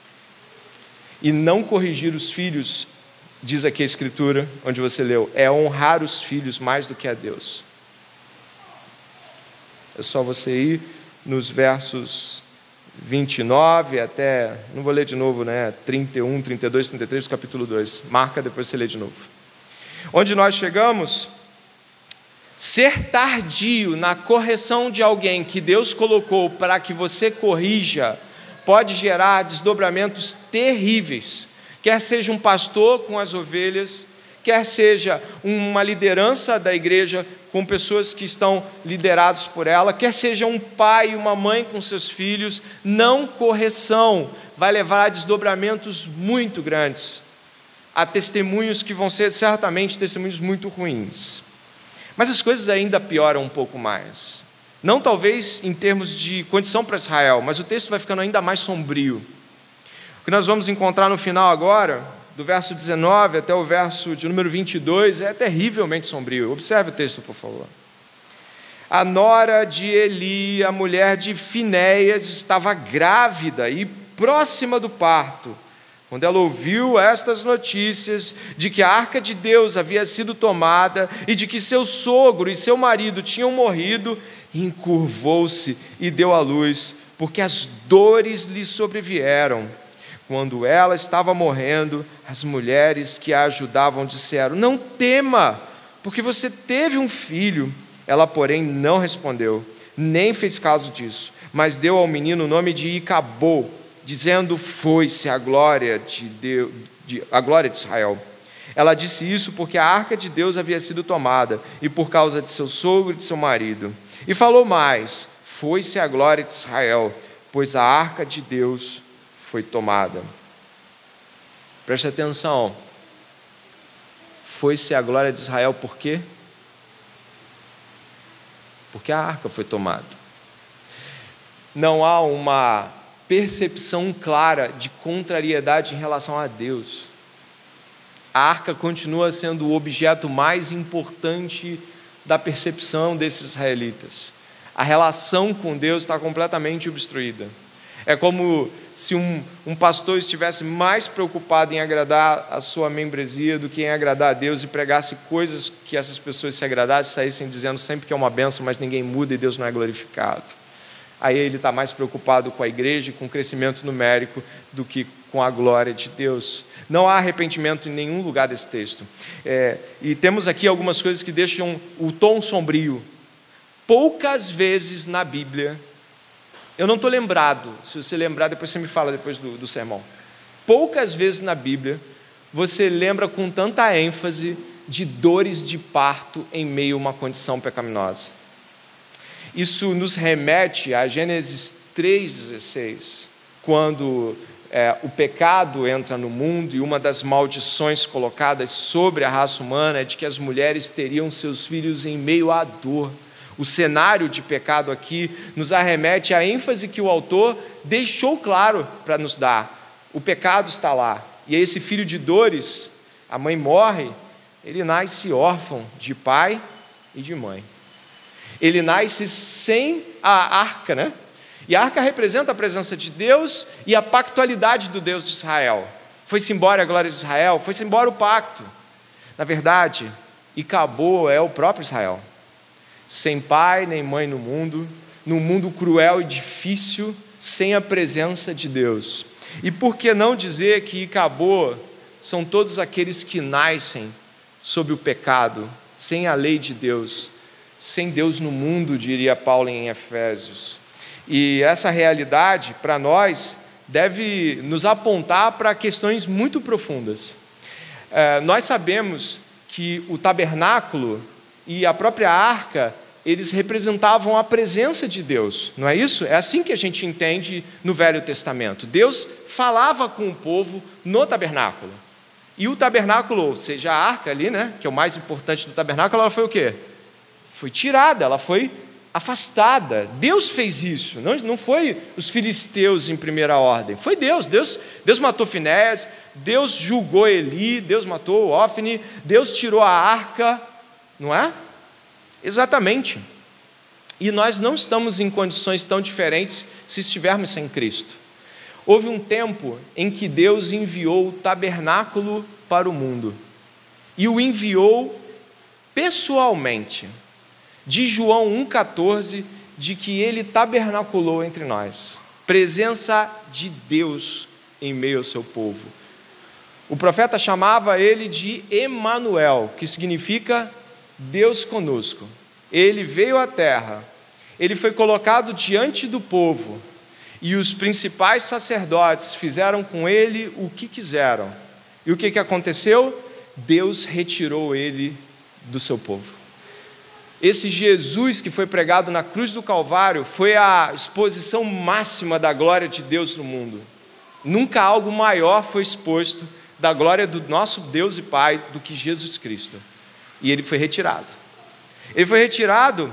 E não corrigir os filhos, diz aqui a Escritura, onde você leu, é honrar os filhos mais do que a Deus. É só você ir nos versos vinte e nove até, não vou ler de novo, né? trinta e um, trinta e dois, trinta e três, capítulo dois. Marca, depois você lê de novo. Onde nós chegamos, ser tardio na correção de alguém que Deus colocou para que você corrija, pode gerar desdobramentos terríveis. Quer seja um pastor com as ovelhas, quer seja uma liderança da igreja com pessoas que estão liderados por ela, quer seja um pai e uma mãe com seus filhos, não correção vai levar a desdobramentos muito grandes, a testemunhos que vão ser certamente testemunhos muito ruins. Mas as coisas ainda pioram um pouco mais. Não talvez em termos de condição para Israel, mas o texto vai ficando ainda mais sombrio. O que nós vamos encontrar no final agora, do verso dezenove até o verso de número vinte e dois, é terrivelmente sombrio. Observe o texto, por favor. A nora de Eli, a mulher de Finéias, estava grávida e próxima do parto, quando ela ouviu estas notícias de que a arca de Deus havia sido tomada e de que seu sogro e seu marido tinham morrido, encurvou-se e deu à luz, porque as dores lhe sobrevieram. Quando ela estava morrendo, as mulheres que a ajudavam disseram, não tema, porque você teve um filho. Ela, porém, não respondeu, nem fez caso disso, mas deu ao menino o nome de Icabô, dizendo, foi-se a glória de Deus, de, a glória de Israel. Ela disse isso porque a arca de Deus havia sido tomada, e por causa de seu sogro e de seu marido. E falou mais, foi-se a glória de Israel, pois a arca de Deus foi tomada. Preste atenção. Foi-se a glória de Israel por quê? Porque a arca foi tomada. Não há uma percepção clara de contrariedade em relação a Deus. A arca continua sendo o objeto mais importante da percepção desses israelitas. A relação com Deus está completamente obstruída. É como se um, um pastor estivesse mais preocupado em agradar a sua membresia do que em agradar a Deus e pregasse coisas que essas pessoas se agradassem, saíssem dizendo sempre que é uma bênção, mas ninguém muda e Deus não é glorificado. Aí ele está mais preocupado com a igreja e com o crescimento numérico do que com a glória de Deus. Não há arrependimento em nenhum lugar desse texto. É, e temos aqui algumas coisas que deixam o tom sombrio. Poucas vezes na Bíblia, eu não estou lembrado, se você lembrar, depois você me fala depois do, do sermão. Poucas vezes na Bíblia, você lembra com tanta ênfase de dores de parto em meio a uma condição pecaminosa. Isso nos remete a Gênesis três, dezesseis, quando é, o pecado entra no mundo e uma das maldições colocadas sobre a raça humana é de que as mulheres teriam seus filhos em meio à dor. O cenário de pecado aqui nos arremete à ênfase que o autor deixou claro para nos dar. O pecado está lá. E esse filho de dores, a mãe morre, ele nasce órfão de pai e de mãe. Ele nasce sem a arca, né? E a arca representa a presença de Deus e a pactualidade do Deus de Israel. Foi-se embora a glória de Israel, foi-se embora o pacto. Na verdade, Icabô é o próprio Israel. Sem pai nem mãe no mundo, num mundo cruel e difícil, sem a presença de Deus. E por que não dizer que Icabô são todos aqueles que nascem sob o pecado, sem a lei de Deus, sem Deus no mundo, diria Paulo em Efésios. E essa realidade, para nós, deve nos apontar para questões muito profundas. É, nós sabemos que o tabernáculo e a própria arca, eles representavam a presença de Deus, não é isso? É assim que a gente entende no Velho Testamento. Deus falava com o povo no tabernáculo. E o tabernáculo, ou seja, a arca ali, né, que é o mais importante do tabernáculo, ela foi o quê? Foi tirada, ela foi afastada. Deus fez isso, não, não foi os filisteus em primeira ordem, foi Deus. Deus, Deus matou Finés, Deus julgou Eli, Deus matou Ofni, Deus tirou a arca, não é? Exatamente. E nós não estamos em condições tão diferentes se estivermos sem Cristo. Houve um tempo em que Deus enviou o tabernáculo para o mundo, e o enviou pessoalmente. De João um, catorze, de que ele tabernaculou entre nós. Presença de Deus em meio ao seu povo. O profeta chamava ele de Emanuel, que significa Deus conosco. Ele veio à terra, ele foi colocado diante do povo, e os principais sacerdotes fizeram com ele o que quiseram. E o que, que aconteceu? Deus retirou ele do seu povo. Esse Jesus que foi pregado na cruz do Calvário foi a exposição máxima da glória de Deus no mundo. Nunca algo maior foi exposto da glória do nosso Deus e Pai do que Jesus Cristo. E ele foi retirado. Ele foi retirado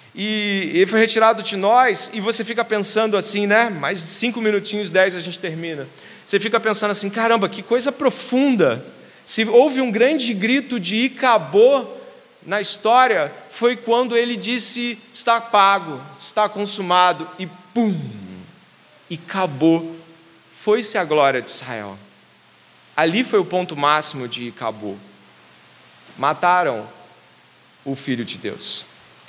e ele foi retirado de nós, e você fica pensando assim, né? Mais cinco minutinhos, dez a gente termina. Você fica pensando assim, caramba, que coisa profunda. Se houve um grande grito de Icabô na história, foi quando ele disse, está pago, está consumado, e pum, e acabou. Foi-se a glória de Israel. Ali foi o ponto máximo de Icabô. Mataram o Filho de Deus.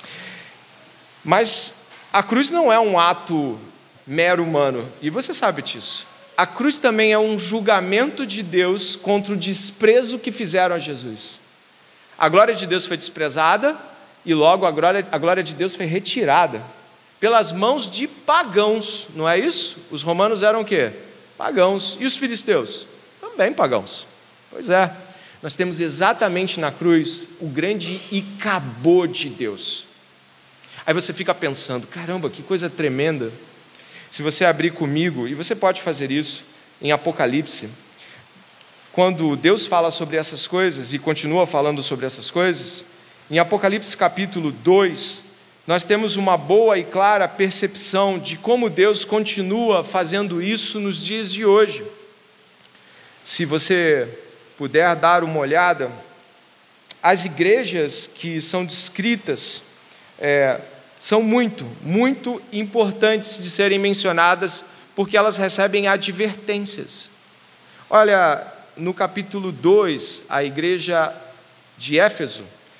Mas a cruz não é um ato mero humano, e você sabe disso. A cruz também é um julgamento de Deus contra o desprezo que fizeram a Jesus. A glória de Deus foi desprezada, e logo a glória, a glória de Deus foi retirada pelas mãos de pagãos, não é isso? Os romanos eram o quê? Pagãos. E os filisteus? Também pagãos. Pois é, nós temos exatamente na cruz o grande Icabô de Deus. Aí você fica pensando, caramba, que coisa tremenda. Se você abrir comigo, e você pode fazer isso, em Apocalipse, quando Deus fala sobre essas coisas e continua falando sobre essas coisas, em Apocalipse capítulo dois, nós temos uma boa e clara percepção de como Deus continua fazendo isso nos dias de hoje. Se você puder dar uma olhada, as igrejas que são descritas é, são muito, muito importantes de serem mencionadas, porque elas recebem advertências. Olha, no capítulo dois, a igreja de Éfeso,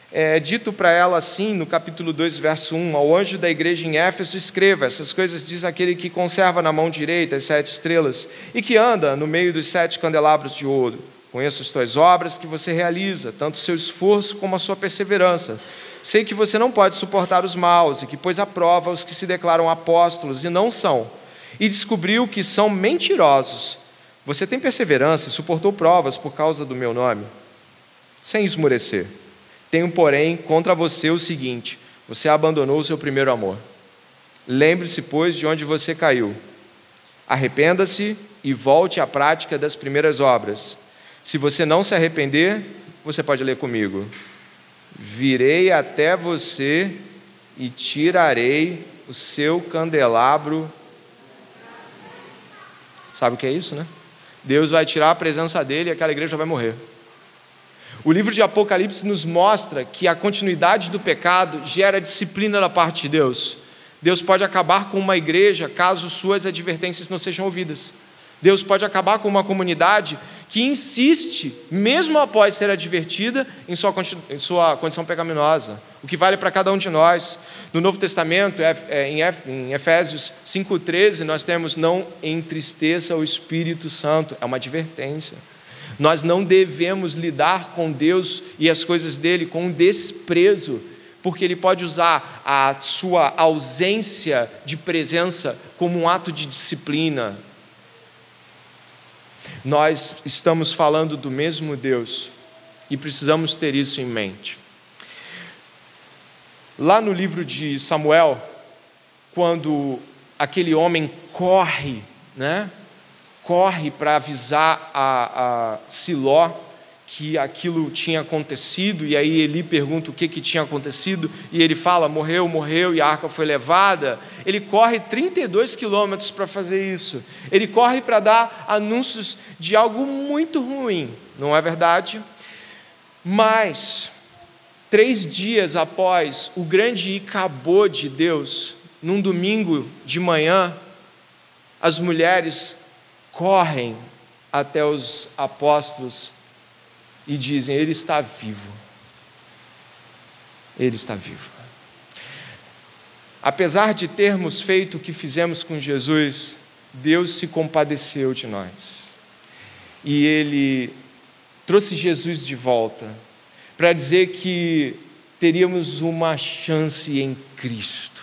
é dito para ela assim, no capítulo dois, verso um, ao anjo da igreja em Éfeso, escreva, essas coisas diz aquele que conserva na mão direita as sete estrelas e que anda no meio dos sete candelabros de ouro. Conheço as tuas obras que você realiza, tanto o seu esforço como a sua perseverança. Sei que você não pode suportar os maus e que pôs à prova os que se declaram apóstolos e não são, e descobriu que são mentirosos. Você tem perseverança e suportou provas por causa do meu nome, sem esmorecer. Tenho, porém, contra você o seguinte: você abandonou o seu primeiro amor. Lembre-se, pois, de onde você caiu. Arrependa-se e volte à prática das primeiras obras. Se você não se arrepender, você pode ler comigo. Virei até você e tirarei o seu candelabro. Sabe o que é isso, né? Deus vai tirar a presença dele e aquela igreja vai morrer. O livro de Apocalipse nos mostra que a continuidade do pecado gera disciplina da parte de Deus. Deus pode acabar com uma igreja caso suas advertências não sejam ouvidas. Deus pode acabar com uma comunidade que insiste, mesmo após ser advertida, em sua, em sua condição pecaminosa. O que vale para cada um de nós. No Novo Testamento, em Efésios cinco, treze, nós temos: não entristeça o Espírito Santo. É uma advertência. Nós não devemos lidar com Deus e as coisas dele com desprezo, porque ele pode usar a sua ausência de presença como um ato de disciplina. Nós estamos falando do mesmo Deus e precisamos ter isso em mente. Lá no livro de Samuel, quando aquele homem corre, né? corre para avisar a, a Siló que aquilo tinha acontecido, e aí Eli pergunta o que, que tinha acontecido, e ele fala: morreu, morreu, e a arca foi levada. Ele corre trinta e dois quilômetros para fazer isso. Ele corre para dar anúncios de algo muito ruim, não é verdade? Mas, três dias após o grande Icabô de Deus, num domingo de manhã, as mulheres correm até os apóstolos e dizem: ele está vivo. Ele está vivo. Apesar de termos feito o que fizemos com Jesus, Deus se compadeceu de nós. E Ele trouxe Jesus de volta para dizer que teríamos uma chance em Cristo.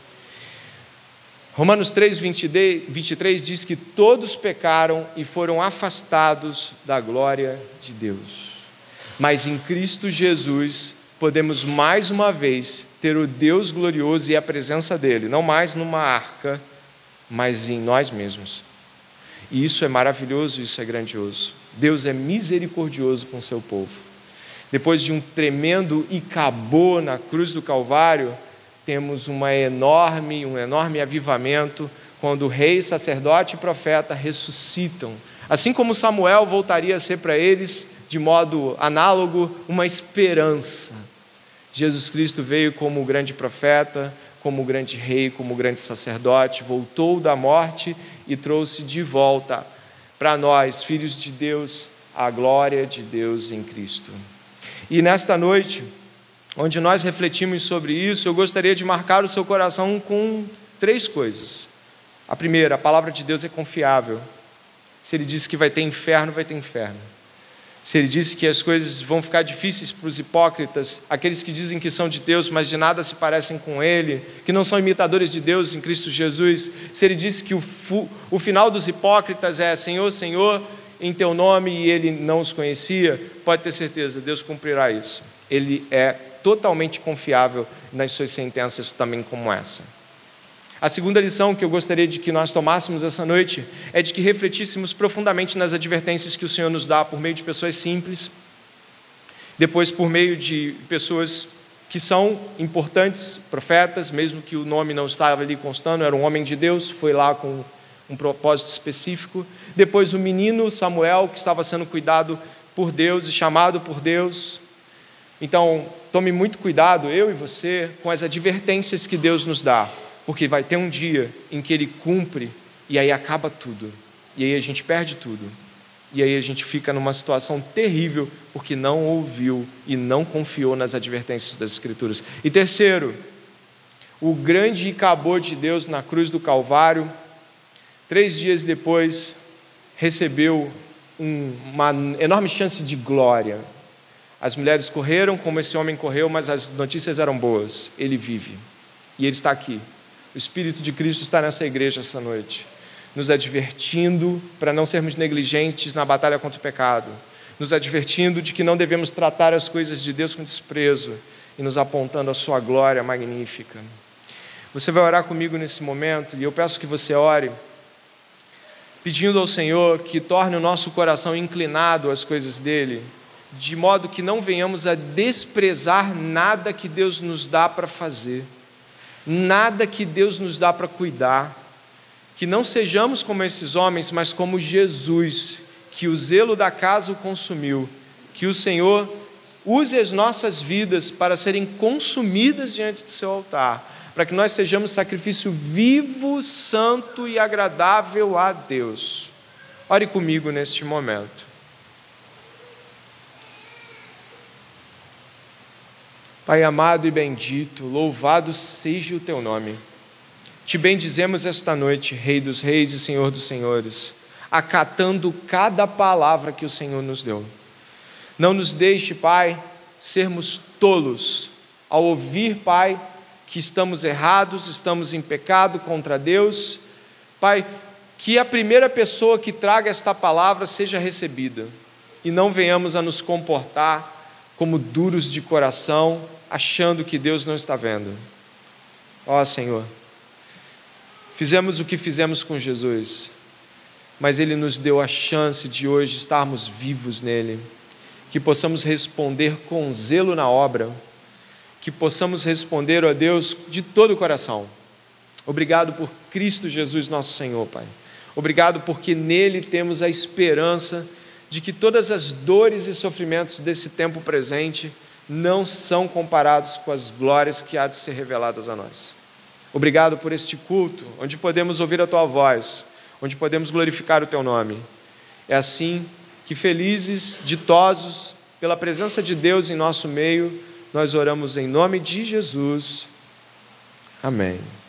Romanos três, vinte e três diz que todos pecaram e foram afastados da glória de Deus. Mas em Cristo Jesus podemos mais uma vez ter o Deus glorioso e a presença dele, não mais numa arca, mas em nós mesmos. E isso é maravilhoso, isso é grandioso. Deus é misericordioso com o seu povo. Depois de um tremendo Icabô na cruz do Calvário, temos uma enorme, um enorme avivamento quando o rei, sacerdote e profeta ressuscitam. Assim como Samuel voltaria a ser para eles, de modo análogo, uma esperança. Jesus Cristo veio como o grande profeta, como o grande rei, como o grande sacerdote, voltou da morte e trouxe de volta para nós, filhos de Deus, a glória de Deus em Cristo. E nesta noite, onde nós refletimos sobre isso, eu gostaria de marcar o seu coração com três coisas. A primeira, a palavra de Deus é confiável. Se Ele disse que vai ter inferno, vai ter inferno. Se Ele disse que as coisas vão ficar difíceis para os hipócritas, aqueles que dizem que são de Deus, mas de nada se parecem com Ele, que não são imitadores de Deus em Cristo Jesus, se Ele disse que o, fu, o final dos hipócritas é Senhor, Senhor, em Teu nome, e Ele não os conhecia, pode ter certeza, Deus cumprirá isso. Ele é totalmente confiável nas suas sentenças também como essa. A segunda lição que eu gostaria de que nós tomássemos essa noite é de que refletíssemos profundamente nas advertências que o Senhor nos dá por meio de pessoas simples, depois por meio de pessoas que são importantes, profetas, mesmo que o nome não estava ali constando, era um homem de Deus, foi lá com um propósito específico, depois o menino Samuel, que estava sendo cuidado por Deus e chamado por Deus. Então, tome muito cuidado, eu e você, com as advertências que Deus nos dá, porque vai ter um dia em que Ele cumpre e aí acaba tudo, e aí a gente perde tudo. E aí a gente fica numa situação terrível, porque não ouviu e não confiou nas advertências das Escrituras. E terceiro, o grande Icabod de Deus na cruz do Calvário, três dias depois, recebeu um, uma enorme chance de glória. As mulheres correram como esse homem correu, mas as notícias eram boas. Ele vive. E ele está aqui. O Espírito de Cristo está nessa igreja essa noite, nos advertindo para não sermos negligentes na batalha contra o pecado, nos advertindo de que não devemos tratar as coisas de Deus com desprezo e nos apontando a sua glória magnífica. Você vai orar comigo nesse momento, e eu peço que você ore, pedindo ao Senhor que torne o nosso coração inclinado às coisas dEle, de modo que não venhamos a desprezar nada que Deus nos dá para fazer, nada que Deus nos dá para cuidar, que não sejamos como esses homens, mas como Jesus, que o zelo da casa o consumiu, que o Senhor use as nossas vidas para serem consumidas diante do seu altar, para que nós sejamos sacrifício vivo, santo e agradável a Deus. Ore comigo neste momento. Pai amado e bendito, louvado seja o teu nome. Te bendizemos esta noite, Rei dos reis e Senhor dos senhores, acatando cada palavra que o Senhor nos deu. Não nos deixe, Pai, sermos tolos ao ouvir, Pai, que estamos errados, estamos em pecado contra Deus. Pai, que a primeira pessoa que traga esta palavra seja recebida e não venhamos a nos comportar como duros de coração, achando que Deus não está vendo. Ó Senhor, fizemos o que fizemos com Jesus, mas Ele nos deu a chance de hoje estarmos vivos nele, que possamos responder com zelo na obra, que possamos responder a Deus de todo o coração. Obrigado por Cristo Jesus nosso Senhor, Pai. Obrigado porque nele temos a esperança de que todas as dores e sofrimentos desse tempo presente não são comparados com as glórias que há de ser reveladas a nós. Obrigado por este culto, onde podemos ouvir a Tua voz, onde podemos glorificar o Teu nome. É assim que, felizes, ditosos, pela presença de Deus em nosso meio, nós oramos em nome de Jesus. Amém.